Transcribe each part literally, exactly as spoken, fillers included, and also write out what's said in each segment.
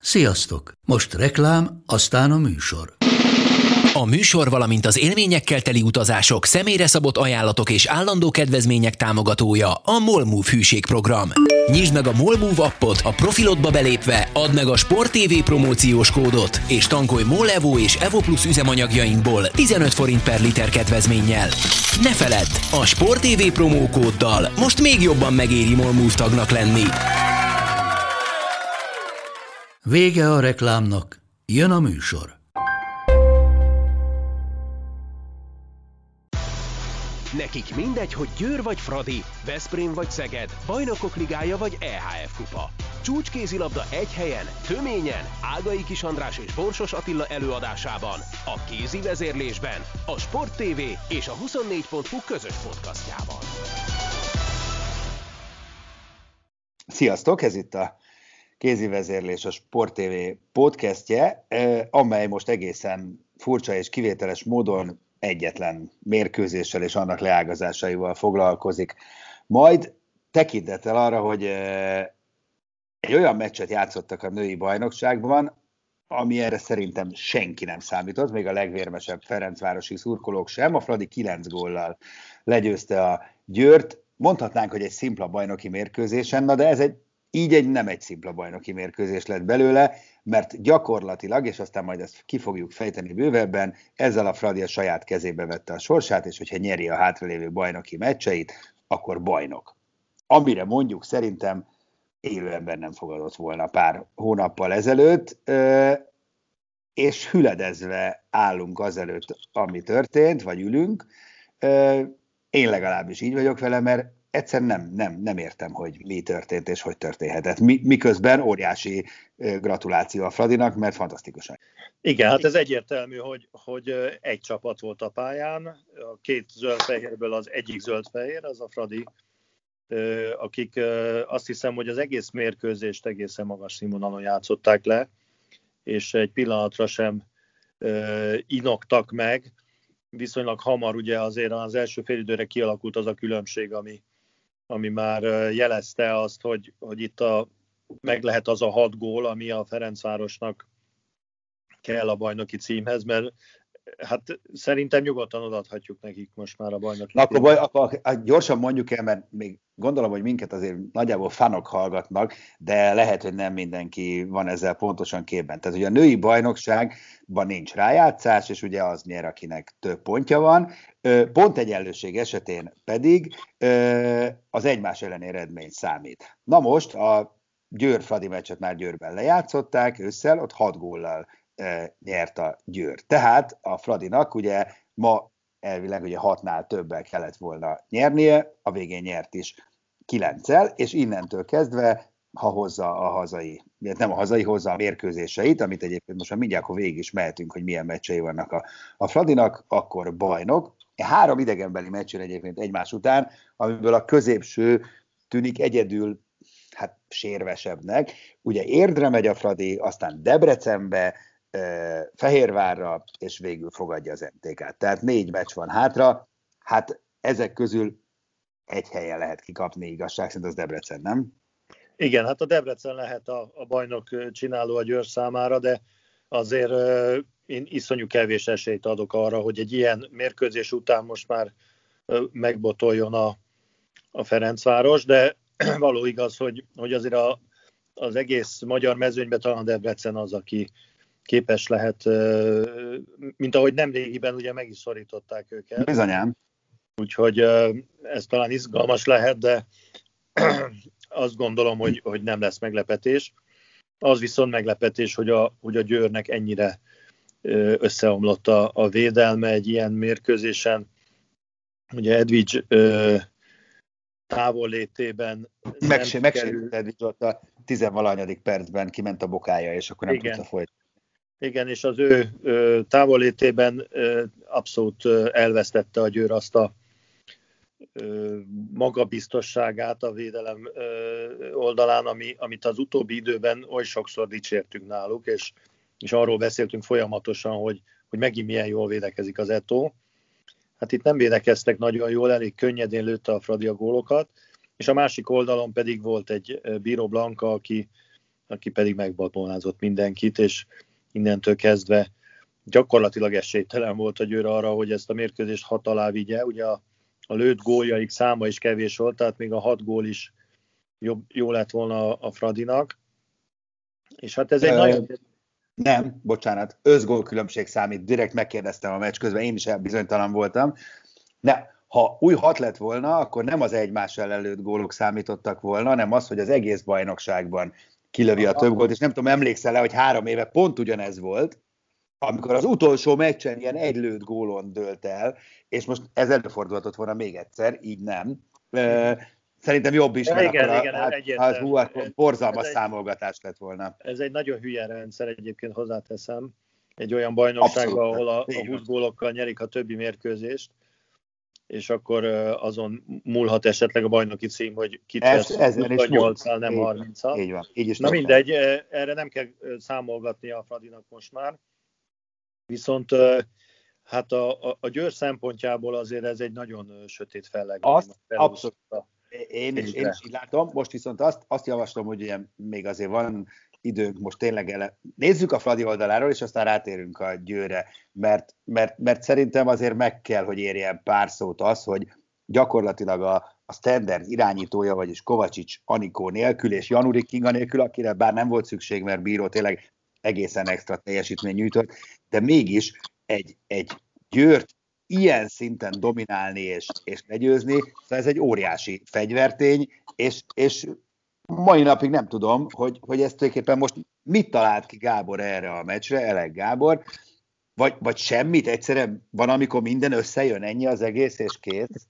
Sziasztok! Most reklám, aztán a műsor. A műsor, valamint az élményekkel teli utazások, személyre szabott ajánlatok és állandó kedvezmények támogatója a MOLMOVE hűségprogram. Nyisd meg a MOLMOVE appot, a profilodba belépve add meg a Sport té vé promóciós kódot, és tankolj MOL Evo és Evo Plus üzemanyagjainkból tizenöt forint per liter kedvezménnyel. Ne feledd, a Sport té vé promókóddal most még jobban megéri MOLMOVE tagnak lenni. Vége a reklámnak, jön a műsor. Nekik mindegy, hogy Győr vagy Fradi, Veszprém vagy Szeged, Bajnokok Ligája vagy é há ef kupa. Csúcskézilabda egy helyen, töményen, Ágai Kis András és Borsos Attila előadásában, a kézi vezérlésben, a Sport té vé és a huszonnégy pont hu közös podcastjában. Sziasztok, ez itt a kézi vezérlés, a Sport té vé podcastje, amely most egészen furcsa és kivételes módon egyetlen mérkőzéssel és annak leágazásaival foglalkozik. Majd tekintettel arra, hogy egy olyan meccset játszottak a női bajnokságban, ami erre szerintem senki nem számított, még a legvérmesebb ferencvárosi szurkolók sem. A Fradi kilenc góllal legyőzte a Győrt. Mondhatnánk, hogy egy szimpla bajnoki mérkőzésen, na de ez egy így egy nem egy szimpla bajnoki mérkőzés lett belőle, mert gyakorlatilag, és aztán majd ezt ki fogjuk fejteni bővebben, ezzel a Fradi a saját kezébe vette a sorsát, és hogyha nyeri a hátralévő bajnoki meccseit, akkor bajnok. Amire mondjuk szerintem élő ember nem fogadott volna pár hónappal ezelőtt, és hüledezve állunk azelőtt, ami történt, vagy ülünk. Én legalábbis így vagyok vele, mert egyszerűen nem, nem, nem értem, hogy mi történt és hogy történhetett. Mi, miközben óriási gratuláció a Fradinak, mert fantasztikusan. Igen, hát ez egyértelmű, hogy, hogy egy csapat volt a pályán, a két zöld-fehérből az egyik zöld-fehér, az a Fradi, akik azt hiszem, hogy az egész mérkőzést egészen magas színvonalon játszották le, és egy pillanatra sem inoktak meg. Viszonylag hamar ugye azért az első félidőre kialakult az a különbség, ami ami már jelezte azt, hogy, hogy itt a, meg lehet az a hat gól, ami a Ferencvárosnak kell a bajnoki címhez, mert hát szerintem nyugodtan odaadhatjuk nekik most már a bajnoki Na, akkor, baj, akkor gyorsan mondjuk el, mert még gondolom, hogy minket azért nagyjából fanok hallgatnak, de lehet, hogy nem mindenki van ezzel pontosan képben. Tehát ugye a női bajnokságban nincs rájátszás, és ugye az nyer, akinek több pontja van. Pontegyenlőség esetén pedig az egymás elleni eredmény számít. Na most a Győr-Fradi meccset már Győrben lejátszották ősszel, ott hat góllal nyert a Győr. Tehát a Fradinak ugye ma elvileg ugye hatnál többel kellett volna nyernie, a végén nyert is kilenccel, és innentől kezdve, ha hozza a hazai, nem a hazai, hozza a mérkőzéseit, amit egyébként most már mindjárt akkor végig is mehetünk, hogy milyen meccsei vannak a, a Fradinak, akkor bajnok. Három idegenbeli meccsen egyébként egymás után, amiből a középső tűnik egyedül hát sérvesebbnek. Ugye Érdre megy a Fradi, aztán Debrecenbe, Fehérvárra, és végül fogadja az em té ká-t. Tehát négy meccs van hátra, hát ezek közül egy helyen lehet kikapni, igazság szerint az Debrecen, nem? Igen, hát a Debrecen lehet a, a bajnok csináló a Győr számára, de azért uh, én iszonyú kevés esélyt adok arra, hogy egy ilyen mérkőzés után most már uh, megbotoljon a, a Ferencváros, de való igaz, hogy, hogy azért a, az egész magyar mezőnyben talán a Debrecen az, aki képes lehet, mint ahogy nemrégiben ugye meg is szorították őket. Bizonyám. Úgyhogy ez talán izgalmas lehet, de azt gondolom, hogy, hogy nem lesz meglepetés. Az viszont meglepetés, hogy a, hogy a Győrnek ennyire összeomlott a, a védelme egy ilyen mérkőzésen. Ugye Edvics távollétében Megsérült Edvics ott a tizenvalahanyadik percben kiment a bokája, és akkor nem Igen. tudta folytatni. Igen, és az ő ö, távollétében ö, abszolút ö, elvesztette a Győr azt a ö, magabiztosságát a védelem ö, oldalán, ami, amit az utóbbi időben oly sokszor dicsértünk náluk, és, és arról beszéltünk folyamatosan, hogy, hogy megint milyen jól védekezik az Eto. Hát itt nem védekeztek nagyon jól, elég könnyedén lőtte a Fradi a gólokat, és a másik oldalon pedig volt egy Bíró Blanka, aki aki pedig megbabonázott mindenkit, és innentől kezdve gyakorlatilag esélytelen volt a Győr arra, hogy ezt a mérkőzést hat alá vigye. Ugye a, a lőtt góljaik száma is kevés volt, tehát még a hat gól is jobb, jó lett volna a, a Fradinak. És hát ez egy Ö, nagyon... Nem, bocsánat, összgól különbség számít. Direkt megkérdeztem a meccs közben, én is bizonytalan voltam. Ne, ha új hat lett volna, akkor nem az egymás ellen lőtt gólok számítottak volna, hanem az, hogy az egész bajnokságban kilövi a több gólt, és nem tudom, emlékszel-e, hogy három éve pont ugyanez volt, amikor az utolsó meccsen ilyen egy lőtt gólon dőlt el, és most ez előfordulhatott volna még egyszer, így nem. Szerintem jobb is, mert igen, akkor igen, a, hát, hát, hú, akkor borzalmas számolgatás lett volna. Ez egy nagyon hülye rendszer, egyébként hozzáteszem. Egy olyan bajnokságban, ahol a, a húsz gólokkal nyerik a többi mérkőzést, és akkor azon múlhat esetleg a bajnoki cím, hogy kit vesz huszonnyolccal, nem harminccal. Így van, így is. Na mindegy, erre nem kell számolgatni a Fradinak most már. Viszont hát a, a, a Győr szempontjából azért ez egy nagyon sötét felleg. Azt abszolút. Én is, én is így látom. Most viszont azt, azt javaslom, hogy ugye még azért van időnk most tényleg ele. Nézzük a Fradi oldaláról, és aztán rátérünk a Győrre, mert, mert, mert szerintem azért meg kell, hogy érjen pár szót az, hogy gyakorlatilag a, a standard irányítója, vagyis Kovácsics Anikó nélkül, és Januri Kinga nélkül, akire bár nem volt szükség, mert bíró tényleg egészen extra teljesítmény nyújtott, de mégis egy, egy Győrt ilyen szinten dominálni és, és legyőzni, szóval ez egy óriási fegyvertény, és, és mai napig nem tudom, hogy, hogy ezt tulajdonképpen most mit talált ki Gábor erre a meccsre, Elek Gábor, vagy, vagy semmit, egyszerűen van, amikor minden összejön, ennyi az egész, és kész?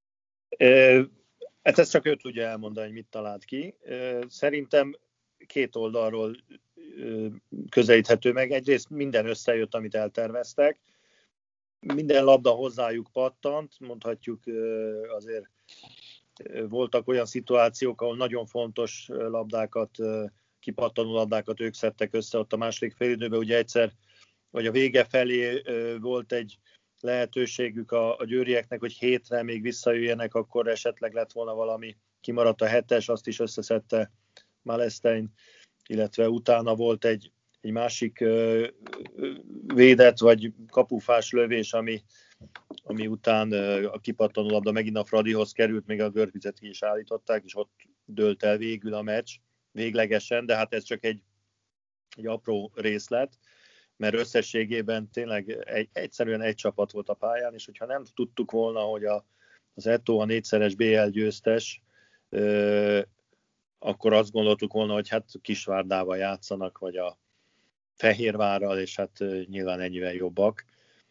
E, hát ezt csak ő tudja elmondani, hogy mit talált ki. Szerintem két oldalról közelíthető meg. Egyrészt minden összejött, amit elterveztek. Minden labda hozzájuk pattant, mondhatjuk azért voltak olyan szituációk, ahol nagyon fontos labdákat, kipattanó labdákat ők szedtek össze ott a második félidőben. Ugye egyszer, vagy a vége felé volt egy lehetőségük a, a győrieknek, hogy hétre még visszajöjjenek, akkor esetleg lett volna valami, kimaradt a hetes, azt is összeszedte Malestein, illetve utána volt egy, egy másik ö, ö, védett vagy kapufás lövés, ami, ami után ö, a kipattanó labda megint a Fradihoz került, még a Görvizet ki is állították, és ott dőlt el végül a meccs, véglegesen, de hát ez csak egy, egy apró részlet, mert összességében tényleg egy, egyszerűen egy csapat volt a pályán, és hogyha nem tudtuk volna, hogy a, az Eto a négyszeres bé el győztes, ö, akkor azt gondoltuk volna, hogy hát Kisvárdával játszanak, vagy a Fehérvárral, és hát nyilván ennyivel jobbak.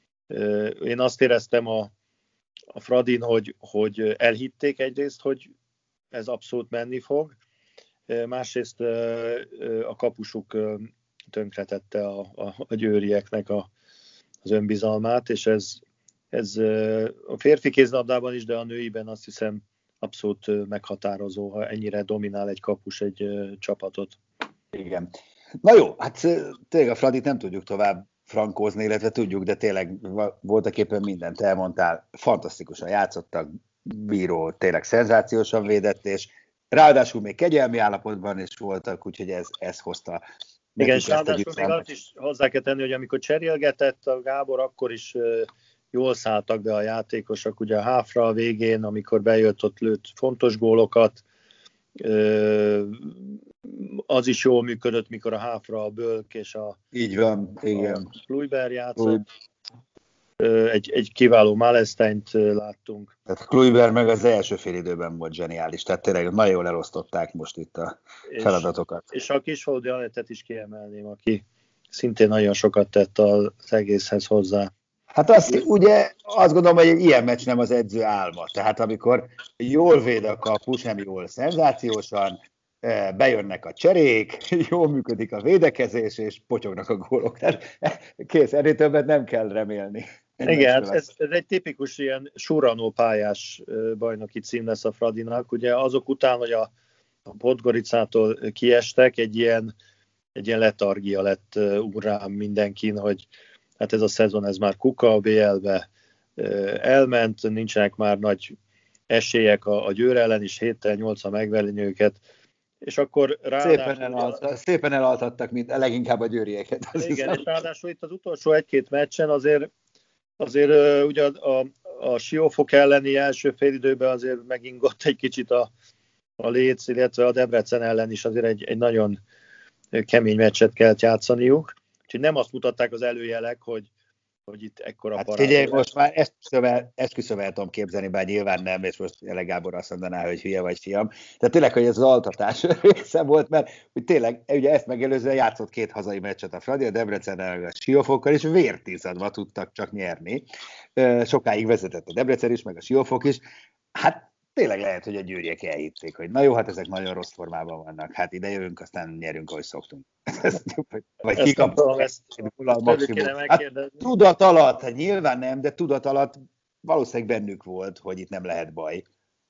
Én azt éreztem a, a Fradin, hogy, hogy elhitték egyrészt, hogy ez abszolút menni fog, másrészt a kapusuk tönkretette a, a, a győrieknek a, az önbizalmát, és ez, ez a férfi kézlabdában is, de a nőiben azt hiszem abszolút meghatározó, ha ennyire dominál egy kapus egy uh, csapatot. Igen. Na jó, hát tényleg a Fradit nem tudjuk tovább frankózni, illetve tudjuk, de tényleg voltak éppen mindent elmondtál. Fantasztikusan játszottak, bíró tényleg szenzációsan védett, és ráadásul még kegyelmi állapotban is voltak, úgyhogy ez, ez hozta. Igen, és ráadásul még azt is hozzá kell tenni, hogy amikor cserélgetett a Gábor, akkor is uh, jól szálltak be a játékosok, ugye a háfra a végén, amikor bejött, ott lőtt fontos gólokat, az is jól működött, mikor a háfra a Bölk és a, így van, igen. a Kluiber játszott. Egy, egy kiváló Malesteint láttunk. Tehát Kluiber meg az első fél időben volt zseniális, tehát tényleg nagyon jól elosztották most itt a feladatokat. És, és a Kisfaludi Anettet is kiemelném, aki szintén nagyon sokat tett az egészhez hozzá. Hát azt, ugye azt gondolom, hogy egy ilyen meccs nem az edző álma. Tehát amikor jól véd a kapus, nem jól szenzációsan, bejönnek a cserék, jól működik a védekezés, és potyognak a gólok. Kész, ennél többet nem kell remélni. Igen, ez, ez egy tipikus ilyen surranó pályás bajnoki cím lesz a Fradinak. Ugye azok után, hogy a, a Podgoricától kiestek, egy ilyen, egy ilyen letargia lett urrám mindenkin, hogy hát ez a szezon, ez már kuka, a bé el-be elment, nincsenek már nagy esélyek a, a Győr ellen is, héttel nyolcra megverni őket, és akkor ráadásul... Szépen, elalta, szépen elaltattak, mint leginkább a győrieket. Igen, és ráadásul itt az utolsó egy-két meccsen azért, azért uh, ugye a, a, a Siófok elleni első félidőben azért megingott egy kicsit a, a Léc, illetve a Debrecen ellen is azért egy, egy nagyon kemény meccset kellett játszaniuk. Úgyhogy nem azt mutatták az előjelek, hogy, hogy itt ekkora hát parádé. Figyelj, most már ezt küszövel, ezt küszövel tudom képzelni, bár nyilván nem, és most Jele Gábor azt mondaná, hogy hülye vagy fiam. Tehát tényleg, hogy ez az altatás része volt, mert hogy tényleg, ugye ezt megelőzően játszott két hazai meccset a Fradi, a Debrecennel, a Siófokkal, és vértízadva tudtak csak nyerni. Sokáig vezetett a Debrecen is, meg a Siófok is. Hát tényleg lehet, hogy a győriek elhitték, hogy na jó, hát ezek nagyon rossz formában vannak. Hát ide jövünk, aztán nyerünk, ahogy szoktunk. Vagy kikapunk. Hát, tudat alatt, hát nyilván nem, de tudat alatt valószínűleg bennük volt, hogy itt nem lehet baj.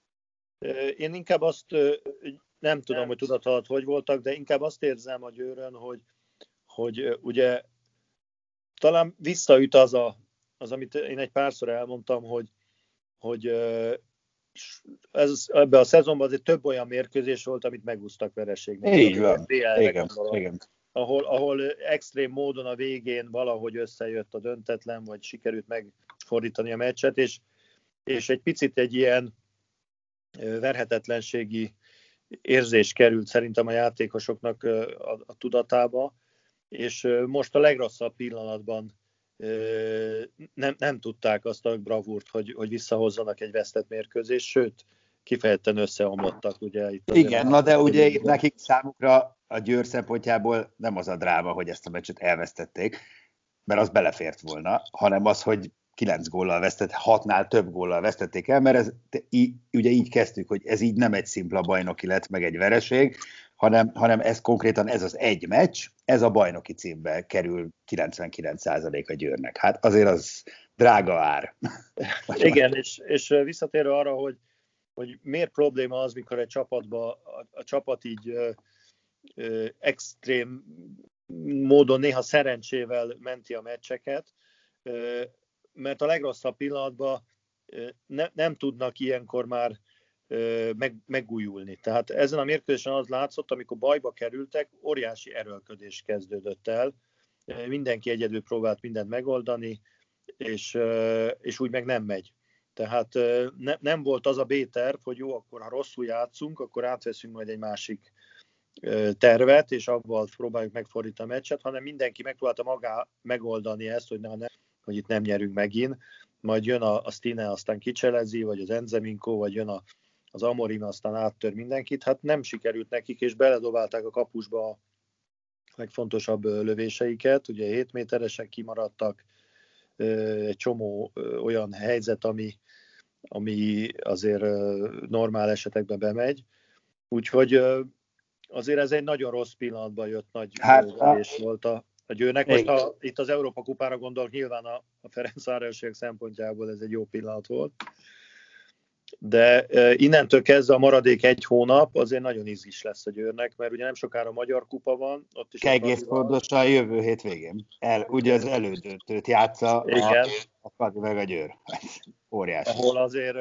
Én inkább azt, nem tudom, hogy tudat alatt hogy voltak, de inkább azt érzem a Győrön, hogy, hogy ugye talán visszaüt az, a, az, amit én egy párszor elmondtam, hogy, hogy ez, ebben a szezonban azért több olyan mérkőzés volt, amit megúsztak vereségnek. Így van, igen, igen. Ahol, ahol extrém módon a végén valahogy összejött a döntetlen, vagy sikerült megfordítani a meccset, és, és egy picit egy ilyen verhetetlenségi érzés került szerintem a játékosoknak a, a tudatába, és most a legrosszabb pillanatban nem, nem tudták azt a bravúrt, hogy, hogy visszahozzanak egy vesztett mérkőzést, sőt, kifejezetten összeomlottak. Ugye, itt igen, na de ugye itt nekik számukra a Győr szempontjából nem az a dráma, hogy ezt a meccset elvesztették, mert az belefért volna, hanem az, hogy kilenc góllal vesztett, hatnál több góllal vesztették el, mert ez, í, ugye így kezdtük, hogy ez így nem egy szimpla bajnoki lett, meg egy vereség, hanem, hanem ez konkrétan ez az egy meccs, ez a bajnoki címbe kerül kilencvenkilenc százalék a Győrnek. Hát azért az drága ár. Igen, és, és visszatérve arra, hogy, hogy miért probléma az, mikor egy csapatba a, a csapat így ö, ö, extrém módon, néha szerencsével menti a meccseket, ö, mert a legrosszabb pillanatban ne, nem tudnak ilyenkor már meg, megújulni. Tehát ezen a mérkőzésen az látszott, amikor bajba kerültek, óriási erőlködés kezdődött el. Mindenki egyedül próbált mindent megoldani, és, és úgy meg nem megy. Tehát ne, nem volt az a B-terv, hogy jó, akkor ha rosszul játszunk, akkor átveszünk majd egy másik tervet, és abban próbáljuk megfordítani a meccset, hanem mindenki megpróbálta magá megoldani ezt, hogy, ne, hogy itt nem nyerünk megint. Majd jön a, a Stine, aztán kicselezi, vagy az Enzeminko, vagy jön a az Amorim, aztán áttör mindenkit, hát nem sikerült nekik, és beledobálták a kapusba a legfontosabb lövéseiket, ugye hét méteresek kimaradtak, egy csomó olyan helyzet, ami, ami azért normál esetekben bemegy, úgyhogy azért ez egy nagyon rossz pillanatban jött, nagy hát, lövés volt a, a Győrnek. Most ha itt az Európa kupára gondolok, nyilván a, a Ferencvárosiak szempontjából ez egy jó pillanat volt. De innentől kezdve a maradék egy hónap azért nagyon izgis lesz a Győrnek, mert ugye nem sokára magyar kupa van. Ott is egész pontosan jövő hét végén. El, ugye az elődöntőt játsza a, a Fradi meg a Győr. Óriási. Ahol azért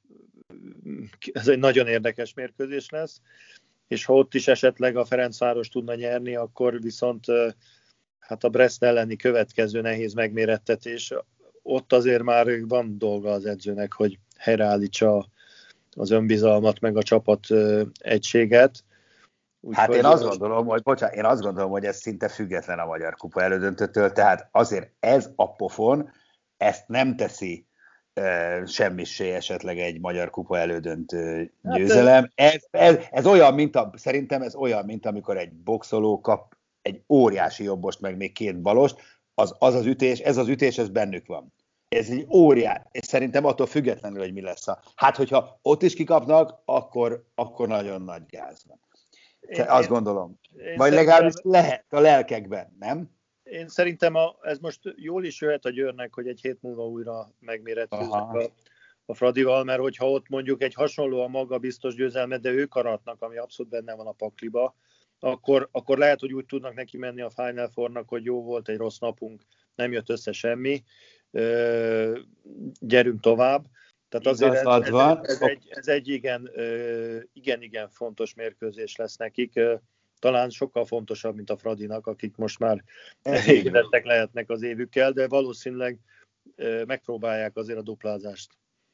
ez egy nagyon érdekes mérkőzés lesz, és ha ott is esetleg a Ferencváros tudna nyerni, akkor viszont hát a Brest elleni következő nehéz megmérettetés, ott azért már van dolga az edzőnek, hogy helyreállítsa az önbizalmat, meg a csapat egységet. Úgy hát én azt gondolom, hogy bocsánat, én azt gondolom, hogy ez szinte független a magyar kupa elődöntőtől, tehát azért ez a pofon, ezt nem teszi e, semmissé esetleg egy magyar kupa elődöntő győzelem. Hát, ez, ez, ez olyan, mint a, szerintem ez olyan, mint amikor egy boxoló kap egy óriási jobbost, meg még két balost, az az, az ütés, ez az ütés, ez bennük van. Ez egy óriás, és szerintem attól függetlenül, hogy mi lesz a... Hát, hogyha ott is kikapnak, akkor, akkor nagyon nagy gáz van. Én, azt én, gondolom. Én Vagy legalábbis lehet a lelkekben, nem? Én szerintem a, ez most jól is jöhet a Győrnek, hogy egy hét múlva újra megméretkeznek a, a Fradival, mert hogyha ott mondjuk egy hasonlóan magabiztos győzelmet, de ők aratnak, ami abszolút benne van a pakliba, akkor, akkor lehet, hogy úgy tudnak neki menni a Final Fournak, hogy jó volt, egy rossz napunk, nem jött össze semmi, gyerünk tovább, Tehát azért ez, Igazad ez, van. ez, egy, ez egy igen, igen, igen fontos mérkőzés lesz nekik. Talán sokkal fontosabb, mint a Fradinak, akik most már elégedettek lehetnek az évükkel, de valószínűleg megpróbálják azért a duplázást.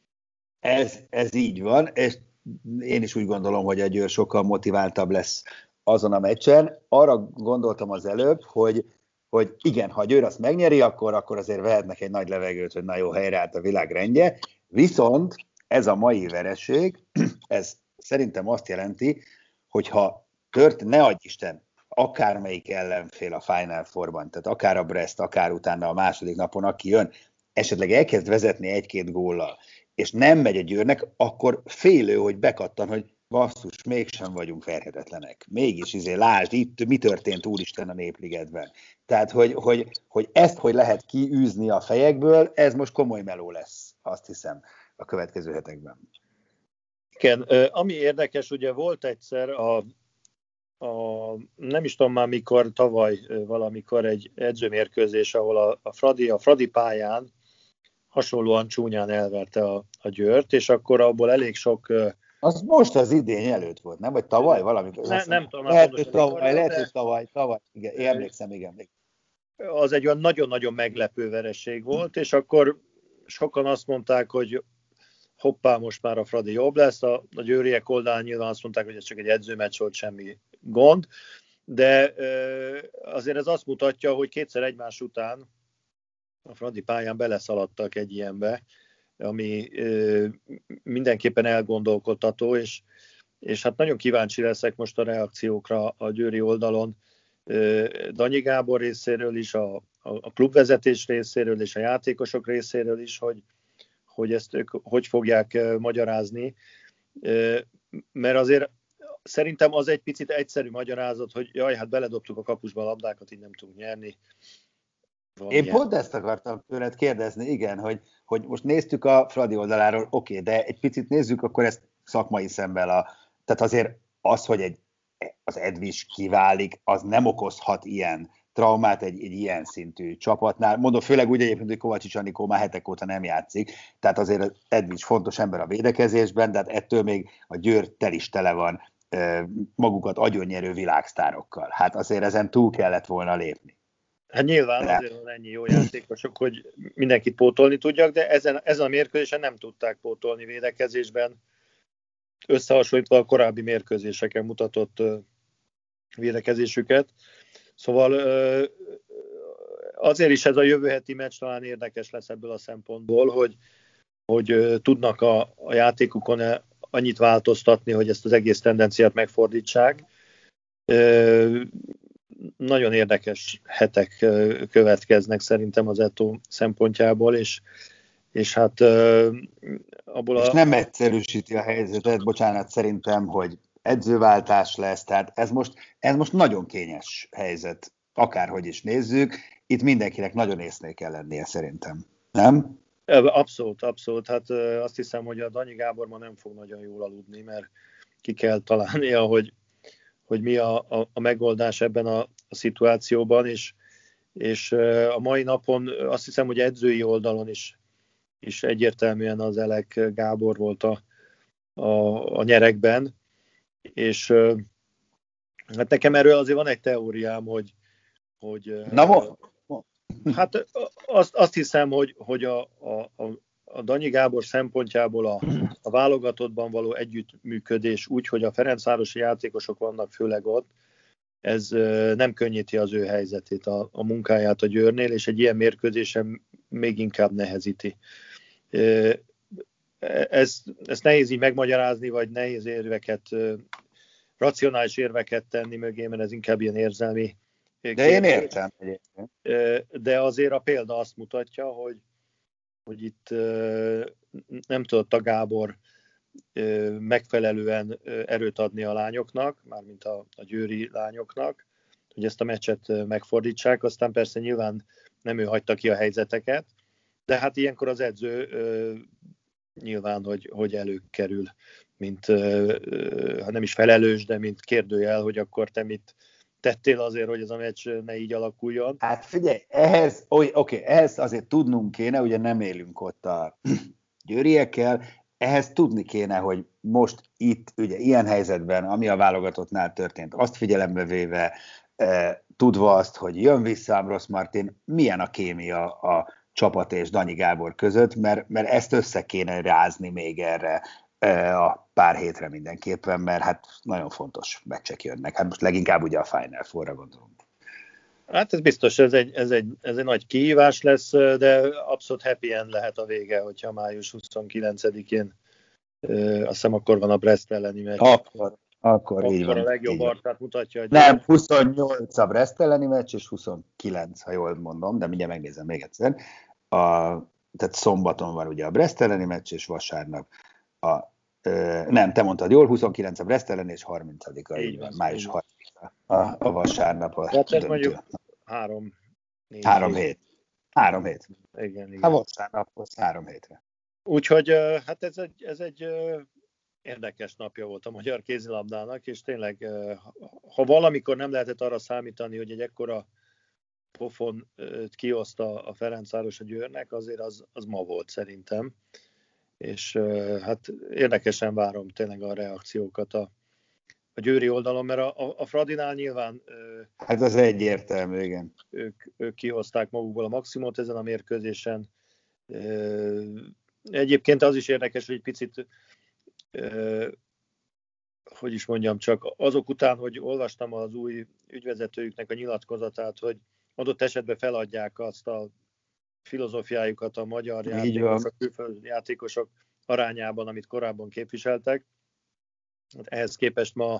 Ez, ez így van, és én is úgy gondolom, hogy a Győr sokkal motiváltabb lesz azon a meccsen. Arra gondoltam az előbb, hogy, hogy igen, ha a Győr azt megnyeri, akkor, akkor azért vehetnek egy nagy levegőt, hogy na jó, helyreállt a világ rendje. Viszont ez a mai vereség, ez szerintem azt jelenti, hogy ha tört, ne adj Isten, akármelyik ellenfél a Final Fourban, tehát akár a Brest, akár utána a második napon, aki jön, esetleg elkezd vezetni egy-két góllal, és nem megy a Győrnek, akkor félő, hogy bekattan, hogy basszus, mégsem vagyunk verhetetlenek. Mégis, izé, lásd, itt mi történt úristen a Népligetben. Tehát, hogy, hogy, hogy ezt, hogy lehet kiűzni a fejekből, ez most komoly meló lesz, azt hiszem, a következő hetekben. Igen, ami érdekes, ugye volt egyszer a, a nem is tudom már mikor, tavaly valamikor egy edzőmérkőzés, ahol a, a Fradi, a Fradi pályán hasonlóan csúnyán elverte a, a Győrt, és akkor abból elég sok... Az most az idény előtt volt, nem? Vagy tavaly valami? Ne, nem tudom. Lehet, hogy tavaly, lehet, hogy tavaly, tavaly, igen, én emlékszem, igen. Az egy olyan nagyon-nagyon meglepő vereség volt, és akkor sokan azt mondták, hogy hoppá, most már a Fradi jobb lesz, a, a győriek oldalán nyilván azt mondták, hogy ez csak egy edzőmeccs volt, semmi gond, de azért ez azt mutatja, hogy kétszer egymás után a Fradi pályán beleszaladtak egy ilyenbe, ami ö, mindenképpen elgondolkodtató, és, és hát nagyon kíváncsi leszek most a reakciókra a győri oldalon, ö, Danyi Gábor részéről is, a, a, a klubvezetés részéről és a játékosok részéről is, hogy, hogy ezt ők hogy fogják ö, magyarázni, ö, mert azért szerintem az egy picit egyszerű magyarázat, hogy jaj, hát beledobtuk a kapusba a labdákat, így nem tudunk nyerni. Én ilyen. Pont ezt akartam tőled kérdezni, igen, hogy, hogy most néztük a Fradi oldaláról, oké, de egy picit nézzük akkor ezt szakmai szemben. A, tehát azért az, hogy egy, az Edvis kiválik, az nem okozhat ilyen traumát egy, egy ilyen szintű csapatnál. Mondom, főleg úgy egyébként, hogy Kovácsics Anikó már hetek óta nem játszik, tehát azért az Edvis fontos ember a védekezésben, de hát ettől még a Győr tel is tele van magukat agyonnyerő világsztárokkal. Hát azért ezen túl kellett volna lépni. Hát nyilván azért van ennyi jó játékosok, hogy mindenkit pótolni tudjak, de ezen, ezen a mérkőzésen nem tudták pótolni védekezésben, összehasonlítva a korábbi mérkőzéseken mutatott védekezésüket. Szóval azért is ez a jövő heti meccs talán érdekes lesz ebből a szempontból, hogy, hogy tudnak a, a játékukon annyit változtatni, hogy ezt az egész tendenciát megfordítsák. Nagyon érdekes hetek következnek szerintem az Eto'o szempontjából, és, és hát abból a... És nem egyszerűsíti a helyzetet, bocsánat, szerintem, hogy edzőváltás lesz, tehát ez most, ez most nagyon kényes helyzet, akárhogy is nézzük, itt mindenkinek nagyon észnél kell lennie szerintem, nem? Abszolút, abszolút, hát azt hiszem, hogy a Danyi Gábor ma nem fog nagyon jól aludni, mert ki kell találnia, hogy hogy mi a, a, a megoldás ebben a, a szituációban, és, és a mai napon azt hiszem, hogy edzői oldalon is, is egyértelműen az Elek Gábor volt a, a, a nyerekben, és hát nekem erről azért van egy teóriám, hogy, hogy Na, mo- hát azt, azt hiszem, hogy, hogy a, a, a a Danyi Gábor szempontjából a, a válogatottban való együttműködés úgy, hogy a ferencvárosi játékosok vannak főleg ott, ez nem könnyíti az ő helyzetét, a, a munkáját a Győrnél, és egy ilyen mérkőzésen még inkább nehezíti. Ez, ezt nehéz így megmagyarázni, vagy nehéz érveket, racionális érveket tenni mögé, mert ez inkább ilyen érzelmi kérdés. De én értem. De azért a példa azt mutatja, hogy hogy itt nem tudott a Gábor megfelelően erőt adni a lányoknak, mármint a, a győri lányoknak, hogy ezt a meccset megfordítsák, aztán persze nyilván nem ő hagyta ki a helyzeteket, de hát ilyenkor az edző nyilván, hogy, hogy előkerül, mint ha nem is felelős, de mint kérdőjel, hogy akkor te mit tettél azért, hogy ez a meccs ne így alakuljon? Hát figyelj, ehhez, oké, okay, ehhez azért tudnunk kéne, ugye nem élünk ott a győriekkel. Ehhez tudni kéne, hogy most itt, ugye ilyen helyzetben, ami a válogatottnál történt, azt figyelembe véve, eh, tudva azt, hogy jön vissza Ambrose Martin, milyen a kémia a csapat és Danyi Gábor között, mert, mert ezt össze kéne rázni még erre eh, a pár hétre mindenképpen, mert hát nagyon fontos meccsek jönnek. Hát most leginkább ugye a Final Four-ra gondolom. Hát ez biztos, ez egy, ez, egy, ez egy nagy kihívás lesz, de abszolút happy end lehet a vége, hogyha május huszonkilencedikén, azt hiszem akkor van a Brest elleni meccs. Akkor, akkor, akkor így van, a legjobb így van. arcát mutatja. Hogy Nem, huszonnyolc a Brest elleni meccs, és huszonkilenc, ha jól mondom, de mindjárt megnézem még egyszer. A, tehát szombaton van ugye a Brest elleni meccs, és vasárnap a, ö, nem, te mondtad jól, huszonkilenc a Brest ellen, és harmincadika, így van, május harmincadika a, a vasárnap. A hát ez mondjuk három, négy, három hét. Három hét. Igen, igen. Ha vasárnaphoz három hétre. Úgyhogy hát ez egy, ez egy érdekes napja volt a magyar kézilabdának, és tényleg, ha valamikor nem lehetett arra számítani, hogy egy ekkora pofon kioszta a Ferencváros a Győrnek, azért az, az ma volt szerintem. És hát érdekesen várom tényleg a reakciókat a, a győri oldalon, mert a, a, a Fradinál nyilván hát az egyértelmű, igen. Ők, ők kihozták magukból a maximumot ezen a mérkőzésen. Egyébként az is érdekes, hogy egy picit, hogy is mondjam, csak azok után, hogy olvastam az új ügyvezetőjüknek a nyilatkozatát, hogy adott esetben feladják azt a filozófiájukat a magyar játékosok, külföldi játékosok arányában, amit korábban képviseltek. Ehhez képest ma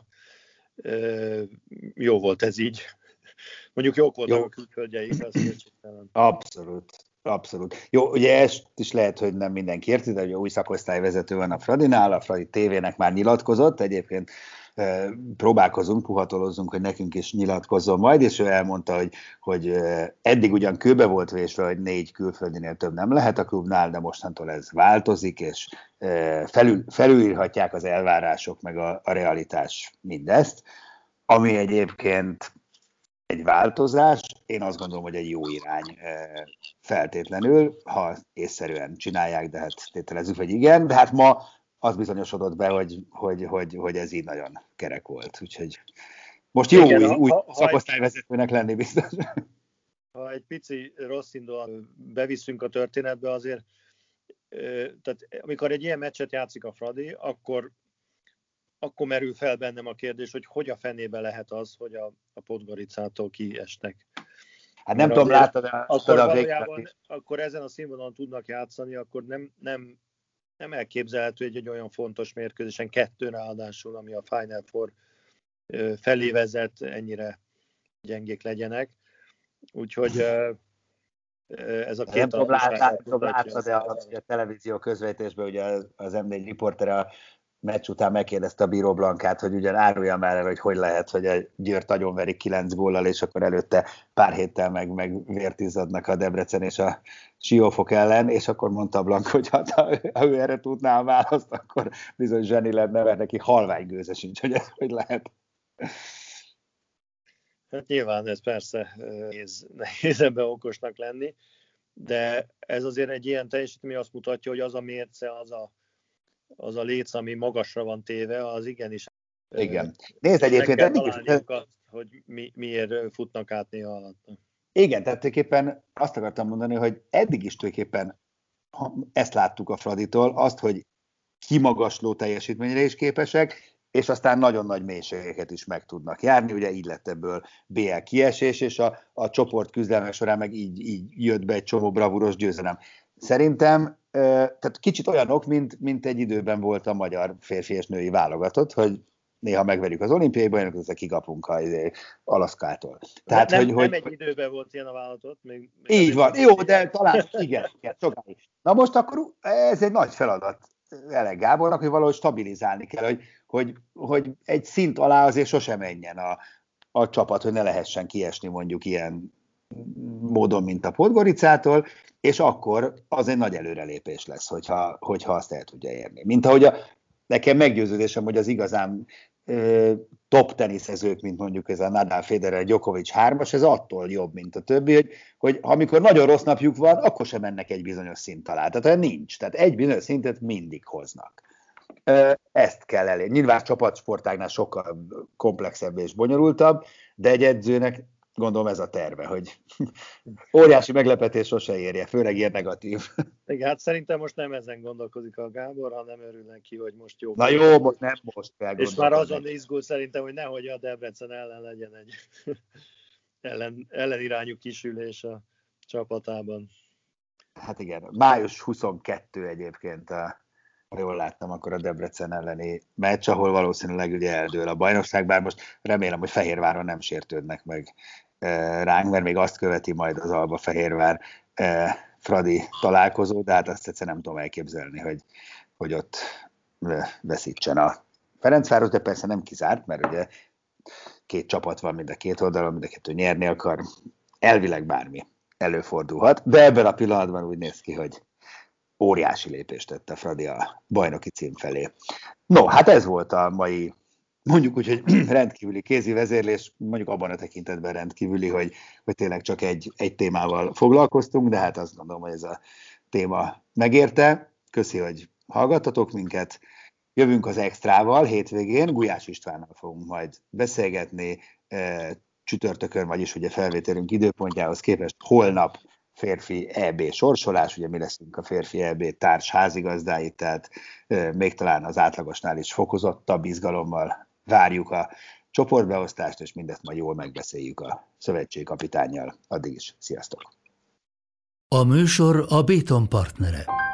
jó volt ez így. Mondjuk jók voltak jó. A külföldjeik, az kétségtelen. Abszolút. Abszolút. Jó, ugye ezt is lehet, hogy nem mindenki érti, de ugye új szakosztályvezető van a Fradinál, a Fradi tévének már nyilatkozott, egyébként e, próbálkozunk, puhatolozzunk, hogy nekünk is nyilatkozzon majd, és ő elmondta, hogy, hogy eddig ugyan kőbe volt vésve, hogy négy külföldinél több nem lehet a klubnál, de mostantól ez változik, és e, felül, felülírhatják az elvárások, meg a, a realitás mindezt, ami egyébként egy változás, én azt gondolom, hogy egy jó irány feltétlenül, ha észszerűen csinálják, de hát tételezzük, hogy igen, de hát ma az bizonyosodott be, hogy, hogy, hogy, hogy ez így nagyon kerek volt. Úgyhogy most jó igen, új, ha, új ha, szakosztályvezetőnek lenni biztos. Ha egy pici rossz indul beviszünk a történetbe, azért, tehát amikor egy ilyen meccset játszik a Fradi, akkor akkor merül fel bennem a kérdés, hogy hogy a fenébe lehet az, hogy a, a Podgoricától kiesnek. Hát nem Mert tudom, láttad a, akkor a valójában, akkor ezen a színvonalon tudnak játszani, akkor nem, nem, nem elképzelhető egy, egy olyan fontos mérkőzésen, kettő ráadásul, ami a Final Four felé vezet, ennyire gyengék legyenek. Úgyhogy ez a két nem tudom, láttad, de a, a televízió közvetítésben ugye az em négy riportere a meccs után megkérdezte a Bíró Blankát, hogy ugyan árulja már el, hogy hogy lehet, hogy a Győrt agyonverik kilenc góllal, és akkor előtte pár héttel meg, meg vértizzadnak a Debrecen és a Siófok ellen, és akkor mondta Blank, hogy hát, ha ő erre tudná a választ, akkor bizony zseni lenne, mert neki halvány gőze sincs, hogy ez hogy lehet. Hát nyilván ez persze nehéz, nehéz ebben okosnak lenni, de ez azért egy ilyen teljesítmény azt mutatja, hogy az a mérce, az a az a léc, ami magasra van téve, az igenis. Igen. Nézd egyébként, eddig is. Azt, hogy mi, miért futnak át néha alatt. Igen, tehát tulajdonképpen azt akartam mondani, hogy eddig is tulajdonképpen ezt láttuk a Fraditól, azt, hogy kimagasló teljesítményre is képesek, és aztán nagyon nagy mélységeket is meg tudnak járni, ugye így lett ebből bé el kiesés, és a, a csoport küzdelmek során meg így, így jött be egy csomó bravúros győzelem. Szerintem tehát kicsit olyanok, mint, mint egy időben volt a magyar férfi és női válogatott, hogy néha megverjük az olimpiai bajnokat, aztán kikapunk az Alaszkától. Tehát, nem, hogy, nem hogy, egy időben volt ilyen a válogatott. Még, még így van, jó, de talán igen, igen, sokáig. Na most akkor ez egy nagy feladat Elek Gábornak, hogy valahogy stabilizálni kell, hogy, hogy, hogy egy szint alá azért sosem menjen a, a csapat, hogy ne lehessen kiesni mondjuk ilyen módon, mint a Podgoricától, és akkor az egy nagy előrelépés lesz, hogyha, hogyha azt el tudja érni. Mint ahogy a, nekem meggyőződésem, hogy az igazán top teniszezők, mint mondjuk ez a Nadal, Federer, Djokovic hármas, ez attól jobb, mint a többi, hogy, hogy amikor nagyon rossz napjuk van, akkor sem mennek egy bizonyos szint alá. Tehát nincs. Tehát egy bizonyos szintet mindig hoznak. Ezt kell elérni. Nyilván csapatsportágnál sokkal komplexebb és bonyolultabb, de egy edzőnek gondolom ez a terve, hogy óriási meglepetés sose érje, főleg ilyen negatív. Igen, hát szerintem most nem ezen gondolkozik a Gábor, hanem örül neki, hogy most jó. Na jó, most nem most kell És már azon izgul szerintem, hogy nehogy a Debrecen ellen legyen egy ellen, ellenirányú kisülés a csapatában. Hát igen, május huszonkettő egyébként, ha jól láttam, akkor a Debrecen elleni meccs, ahol valószínűleg ugye eldől a bajnokság, bár most remélem, hogy Fehérváron nem sértődnek meg ránk, mert még azt követi majd az Alba-Fehérvár Fradi találkozó, de hát azt egyszerűen nem tudom elképzelni, hogy, hogy ott veszítsen a Ferencváros, de persze nem kizárt, mert ugye két csapat van mind a két oldalon, mind a kettő nyerni akar, elvileg bármi előfordulhat, de ebben a pillanatban úgy néz ki, hogy óriási lépést tette Fradi a bajnoki cím felé. No, hát ez volt a mai, mondjuk úgy, hogy rendkívüli kézi vezérlés, mondjuk abban a tekintetben rendkívüli, hogy, hogy tényleg csak egy, egy témával foglalkoztunk, de hát azt gondolom, hogy ez a téma megérte. Köszi, hogy hallgattatok minket. Jövünk az extrával hétvégén, Gulyás Istvánnal fogunk majd beszélgetni, csütörtökön, vagyis ugye felvételünk időpontjához képest holnap férfi é bé sorsolás, ugye mi leszünk a férfi é bé társ házigazdái, tehát e, még talán az átlagosnál is fokozottabb izgalommal várjuk a csoportbeosztást, és mindezt majd jól megbeszéljük a szövetségkapitánnyal. Addig is, sziasztok! A műsor a Béton partnere.